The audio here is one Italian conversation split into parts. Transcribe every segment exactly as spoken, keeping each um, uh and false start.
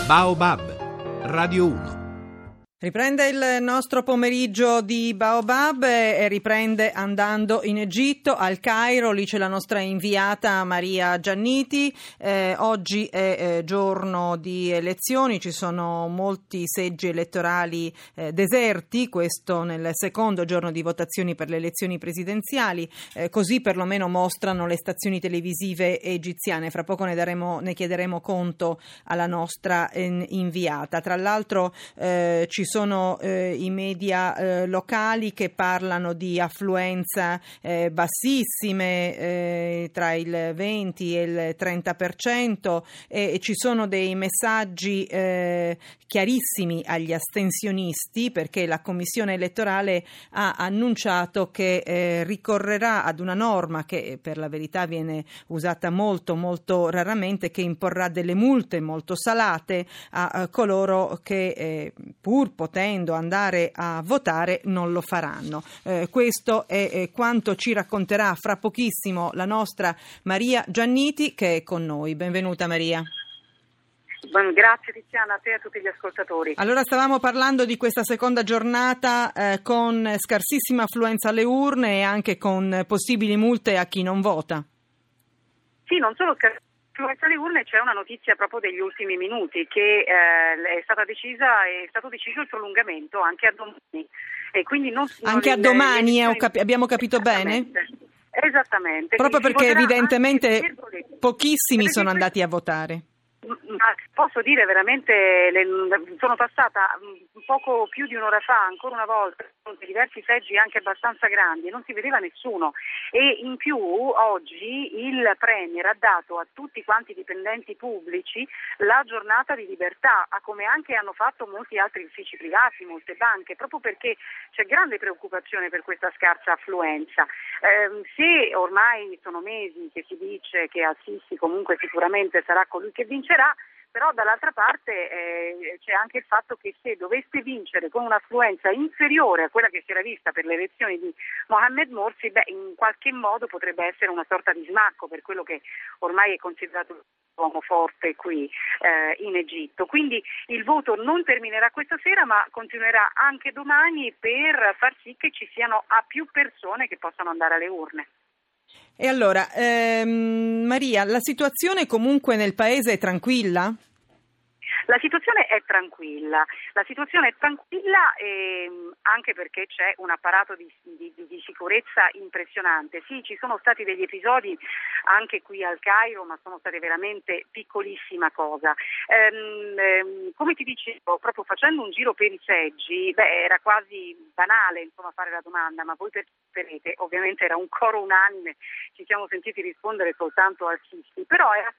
Baobab, Radio uno. Riprende il nostro pomeriggio di Baobab e riprende andando in Egitto, al Cairo. Lì c'è la nostra inviata Maria Gianniti. Eh, oggi è eh, giorno di elezioni, ci sono molti seggi elettorali eh, deserti, questo nel secondo giorno di votazioni per le elezioni presidenziali, eh, così perlomeno mostrano le stazioni televisive egiziane. Fra poco ne, daremo, ne chiederemo conto alla nostra eh, inviata. Tra l'altro eh, ci sono sono eh, i media eh, locali che parlano di affluenza eh, bassissime, eh, tra il venti e il trenta per cento, e, e ci sono dei messaggi eh, chiarissimi agli astensionisti, perché la Commissione elettorale ha annunciato che eh, ricorrerà ad una norma che per la verità viene usata molto molto raramente, che imporrà delle multe molto salate a, a coloro che eh, pur potendo andare a votare non lo faranno. Eh, questo è eh, quanto ci racconterà fra pochissimo la nostra Maria Gianniti, che è con noi. Benvenuta Maria. Grazie Tiziana, a te e a tutti gli ascoltatori. Allora, stavamo parlando di questa seconda giornata eh, con scarsissima affluenza alle urne e anche con possibili multe a chi non vota. Sì, non solo scarsissima affluenza alle urne, c'è una notizia proprio degli ultimi minuti che eh, è stata decisa, è stato deciso il prolungamento anche a domani. E quindi non, anche non a domani, le, eh, capi- abbiamo capito bene? Esattamente. Proprio perché evidentemente anche, pochissimi sono questo... andati a votare. Ma posso dire veramente, le, sono passata poco più di un'ora fa, ancora una volta, con diversi seggi anche abbastanza grandi, e non si vedeva nessuno. E in più oggi il Premier ha dato a tutti quanti i dipendenti pubblici la giornata di libertà, come anche hanno fatto molti altri uffici privati, molte banche, proprio perché c'è grande preoccupazione per questa scarsa affluenza. Eh, se ormai sono mesi che si dice che Al-Sisi comunque sicuramente sarà colui che vincerà, però dall'altra parte eh, c'è anche il fatto che se dovesse vincere con un'affluenza inferiore a quella che si era vista per le elezioni di Mohamed Morsi, beh, in qualche modo potrebbe essere una sorta di smacco per quello che ormai è considerato l'uomo forte qui eh, in Egitto. Quindi il voto non terminerà questa sera, ma continuerà anche domani per far sì che ci siano a più persone che possano andare alle urne. E allora, ehm, Maria, la situazione comunque nel paese è tranquilla? La situazione è tranquilla, la situazione è tranquilla ehm, anche perché c'è un apparato di, di, di sicurezza impressionante. Sì, ci sono stati degli episodi anche qui al Cairo, ma sono state veramente piccolissima cosa. Ehm, ehm, come ti dicevo, proprio facendo un giro per i seggi, beh, era quasi banale insomma fare la domanda, ma voi percepirete, ovviamente era un coro unanime, ci siamo sentiti rispondere soltanto al Sisi, però era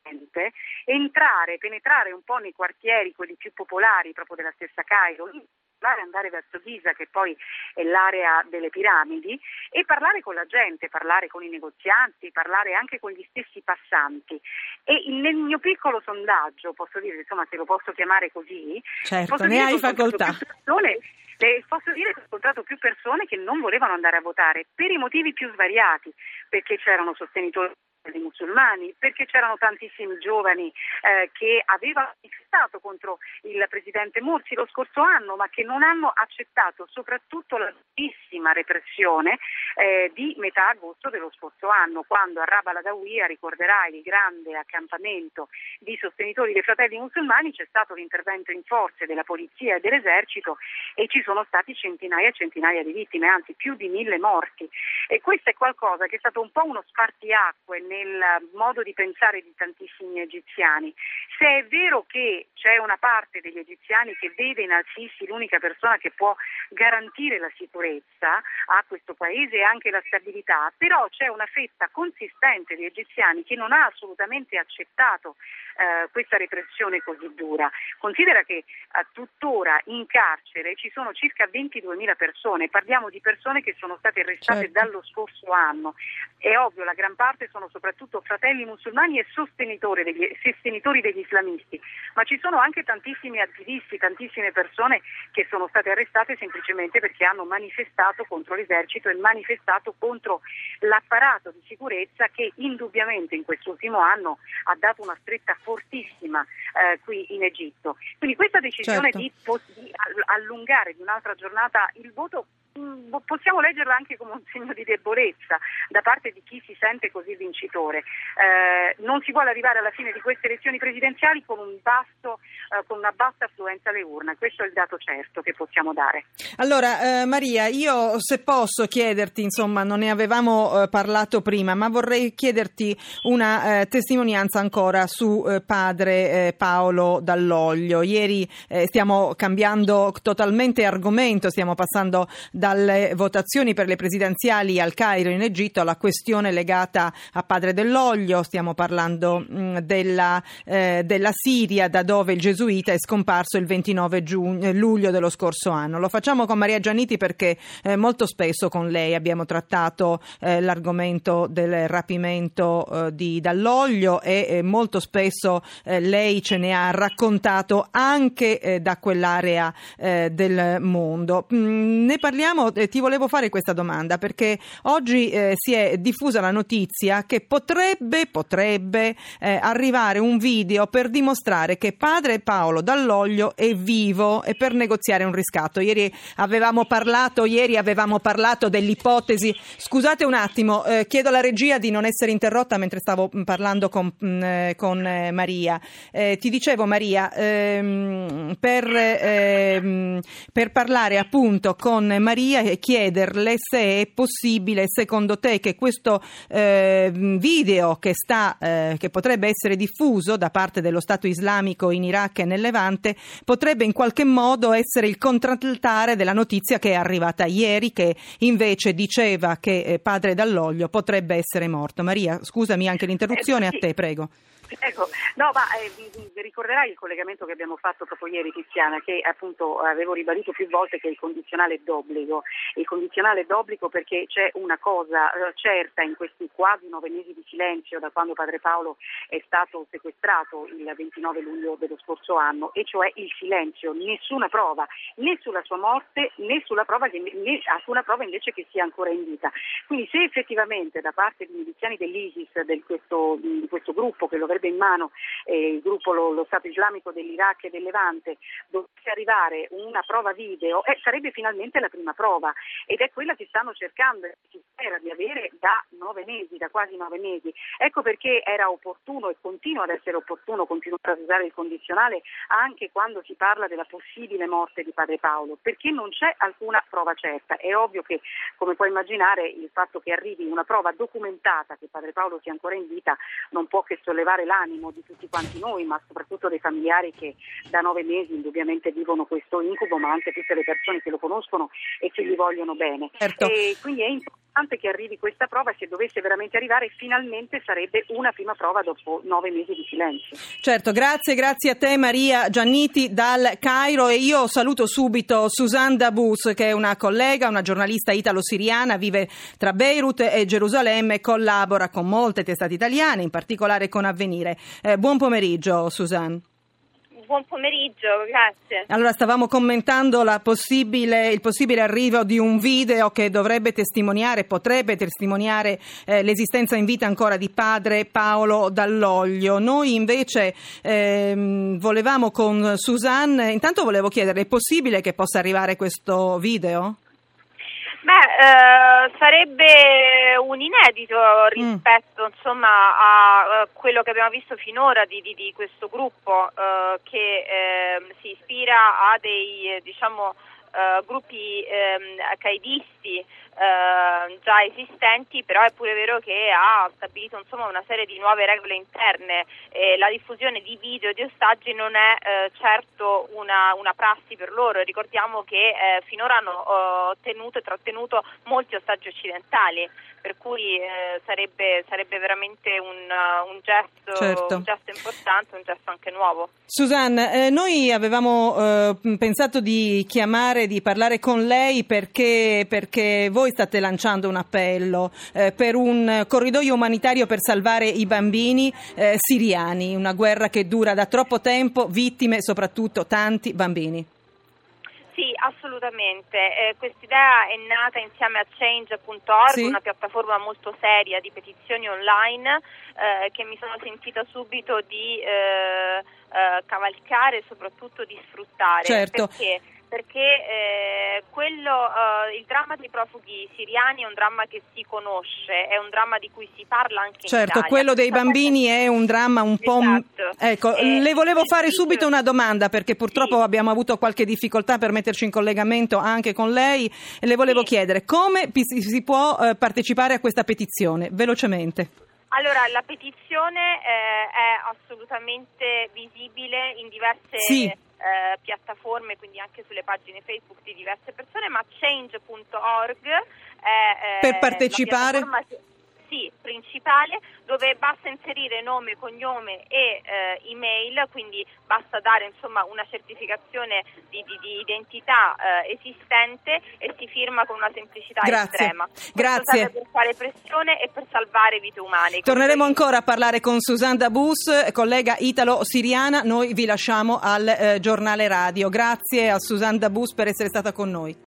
entrare, penetrare un po' nei quartieri, quelli più popolari proprio della stessa Cairo, andare verso Giza, che poi è l'area delle piramidi, e parlare con la gente, parlare con i negozianti, parlare anche con gli stessi passanti. E nel mio piccolo sondaggio, posso dire, insomma, se lo posso chiamare così, certo, posso ne dire hai facoltà. Persone, eh, posso dire che ho incontrato più persone che non volevano andare a votare per i motivi più svariati, perché c'erano sostenitori dei musulmani, perché c'erano tantissimi giovani eh, che avevano manifestato contro il presidente Morsi lo scorso anno, ma che non hanno accettato soprattutto la durissima repressione eh, di metà agosto dello scorso anno, quando a Rabaa al-Adawiya, ricorderai, il grande accampamento di sostenitori dei fratelli musulmani, c'è stato l'intervento in forze della polizia e dell'esercito e ci sono stati centinaia e centinaia di vittime, anzi più di mille morti. E questo è qualcosa che è stato un po' uno spartiacque nel modo di pensare di tantissimi egiziani. Se è vero che c'è una parte degli egiziani che vede in Al-Sisi l'unica persona che può garantire la sicurezza a questo paese e anche la stabilità, però c'è una fetta consistente di egiziani che non ha assolutamente accettato eh, questa repressione così dura. Considera che eh, tuttora in carcere ci sono circa ventiduemila persone, parliamo di persone che sono state arrestate certo. dallo scorso anno. È ovvio, la gran parte sono soprattutto fratelli musulmani e sostenitori degli, sostenitori degli islamisti, ma ci sono anche tantissimi attivisti, tantissime persone che sono state arrestate semplicemente perché hanno manifestato contro l'esercito e manifestato contro l'apparato di sicurezza che indubbiamente in quest'ultimo anno ha dato una stretta fortissima eh, qui in Egitto. Quindi questa decisione certo. di, di allungare di un'altra giornata il voto possiamo leggerla anche come un segno di debolezza da parte di chi si sente così vincitore. Eh, non si vuole arrivare alla fine di queste elezioni presidenziali con un basso, eh, con una bassa affluenza alle urne, questo è il dato certo che possiamo dare. Allora eh, Maria, io se posso chiederti, insomma non ne avevamo eh, parlato prima, ma vorrei chiederti una eh, testimonianza ancora su eh, padre eh, Paolo Dall'Oglio. Ieri eh, stiamo cambiando totalmente argomento, stiamo passando dalle votazioni per le presidenziali al Cairo in Egitto alla questione legata a padre Dall'Oglio. Stiamo parlando mh, della, eh, della Siria, da dove il gesuita è scomparso il ventinove giugno, luglio dello scorso anno. Lo facciamo con Maria Gianniti perché eh, molto spesso con lei abbiamo trattato eh, l'argomento del rapimento eh, di Dall'Oglio e eh, molto spesso eh, lei ce ne ha raccontato anche eh, da quell'area eh, del mondo. Mm, ne parliamo. Eh, ti volevo fare questa domanda perché oggi eh, si è diffusa la notizia che potrebbe, potrebbe eh, arrivare un video per dimostrare che padre Paolo Dall'Oglio è vivo e per negoziare un riscatto. Ieri avevamo parlato, ieri avevamo parlato dell'ipotesi. Scusate un attimo, eh, chiedo alla regia di non essere interrotta mentre stavo parlando con, mh, con eh, Maria. Eh, ti dicevo Maria, ehm, per, ehm, per parlare appunto con Maria e chiederle se è possibile, secondo te, che questo eh, video che sta eh, che potrebbe essere diffuso da parte dello Stato islamico in Iraq e nel Levante potrebbe in qualche modo essere il contraltare della notizia che è arrivata ieri, che invece diceva che eh, padre Dall'Oglio potrebbe essere morto. Maria, scusami anche l'interruzione, a te, prego. Ecco, no, ma eh, vi, vi ricorderai il collegamento che abbiamo fatto proprio ieri, Tiziana, che appunto avevo ribadito più volte che il condizionale è d'obbligo. Il condizionale è d'obbligo perché c'è una cosa eh, certa in questi quasi nove mesi di silenzio da quando padre Paolo è stato sequestrato il ventinove luglio dello scorso anno, e cioè il silenzio, nessuna prova né sulla sua morte né sulla prova che, né sulla prova invece che sia ancora in vita. Quindi se effettivamente da parte di miliziani dell'ISIS, del questo, di questo gruppo che lo avrebbe in mano eh, il gruppo lo, lo Stato islamico dell'Iraq e del Levante, dovesse arrivare una prova video, eh, sarebbe finalmente la prima prova, ed è quella che stanno cercando e si spera di avere da nove mesi, da quasi nove mesi. Ecco perché era opportuno e continua ad essere opportuno continuare a usare il condizionale anche quando si parla della possibile morte di padre Paolo, perché non c'è alcuna prova certa. È ovvio che, come puoi immaginare, il fatto che arrivi una prova documentata che padre Paolo sia ancora in vita non può che sollevare l'animo di tutti quanti noi, ma soprattutto dei familiari che da nove mesi indubbiamente vivono questo incubo, ma anche tutte le persone che lo conoscono e che gli vogliono bene. Certo. E quindi è importante che arrivi questa prova, e se dovesse veramente arrivare finalmente sarebbe una prima prova dopo nove mesi di silenzio. Certo, grazie, grazie a te Maria Gianniti dal Cairo, e io saluto subito Suzanne Dabous, che è una collega, una giornalista italo-siriana, vive tra Beirut e Gerusalemme e collabora con molte testate italiane, in particolare con Avvenire. Eh, buon pomeriggio Suzanne. Buon pomeriggio, grazie. Allora, stavamo commentando la possibile, il possibile arrivo di un video che dovrebbe testimoniare, potrebbe testimoniare eh, l'esistenza in vita ancora di padre Paolo Dall'Oglio. Noi invece ehm, volevamo con Suzanne, intanto volevo chiedere, è possibile che possa arrivare questo video? Beh, eh, sarebbe un inedito rispetto mm. insomma a uh, quello che abbiamo visto finora di, di, di questo gruppo uh, che eh, si ispira a dei diciamo uh, gruppi um, qaedisti Uh, già esistenti, però è pure vero che ha stabilito insomma una serie di nuove regole interne. Eh, la diffusione di video di ostaggi non è eh, certo una, una prassi per loro. Ricordiamo che eh, finora hanno uh, tenuto e trattenuto molti ostaggi occidentali, per cui eh, sarebbe, sarebbe veramente un, uh, un, gesto, certo. un gesto importante, un gesto anche nuovo. Suzanne, eh, noi avevamo eh, pensato di chiamare approfittare di parlare con lei perché, perché voi state lanciando un appello eh, per un corridoio umanitario per salvare i bambini eh, siriani, una guerra che dura da troppo tempo, vittime soprattutto tanti bambini. Sì, assolutamente. Eh, quest'idea è nata insieme a change punto org, sì. Una piattaforma molto seria di petizioni online eh, che mi sono sentita subito di eh, eh, cavalcare e soprattutto di sfruttare. Certo. Perché? Perché eh, quello, eh, il dramma dei profughi siriani è un dramma che si conosce, è un dramma di cui si parla anche certo, in Italia. Certo, quello dei bambini è un dramma un po'... Esatto. Ecco, eh, le volevo fare subito una domanda perché purtroppo sì. abbiamo avuto qualche difficoltà per metterci in collegamento anche con lei e le volevo sì. chiedere come si può eh, partecipare a questa petizione, velocemente. Allora, la petizione eh, è assolutamente visibile in diverse... Sì. Eh, piattaforme, quindi anche sulle pagine Facebook di diverse persone, ma change punto org è eh, per partecipare la piattaforma sì, principale, dove basta inserire nome, cognome e eh, email, quindi basta dare insomma una certificazione di, di, di identità eh, esistente e si firma con una semplicità Grazie. estrema. Grazie. Per fare pressione e per salvare vite umane. Torneremo ancora a parlare con Suzanne Dabous, collega italo-siriana. Noi vi lasciamo al eh, giornale radio. Grazie a Suzanne Dabous per essere stata con noi.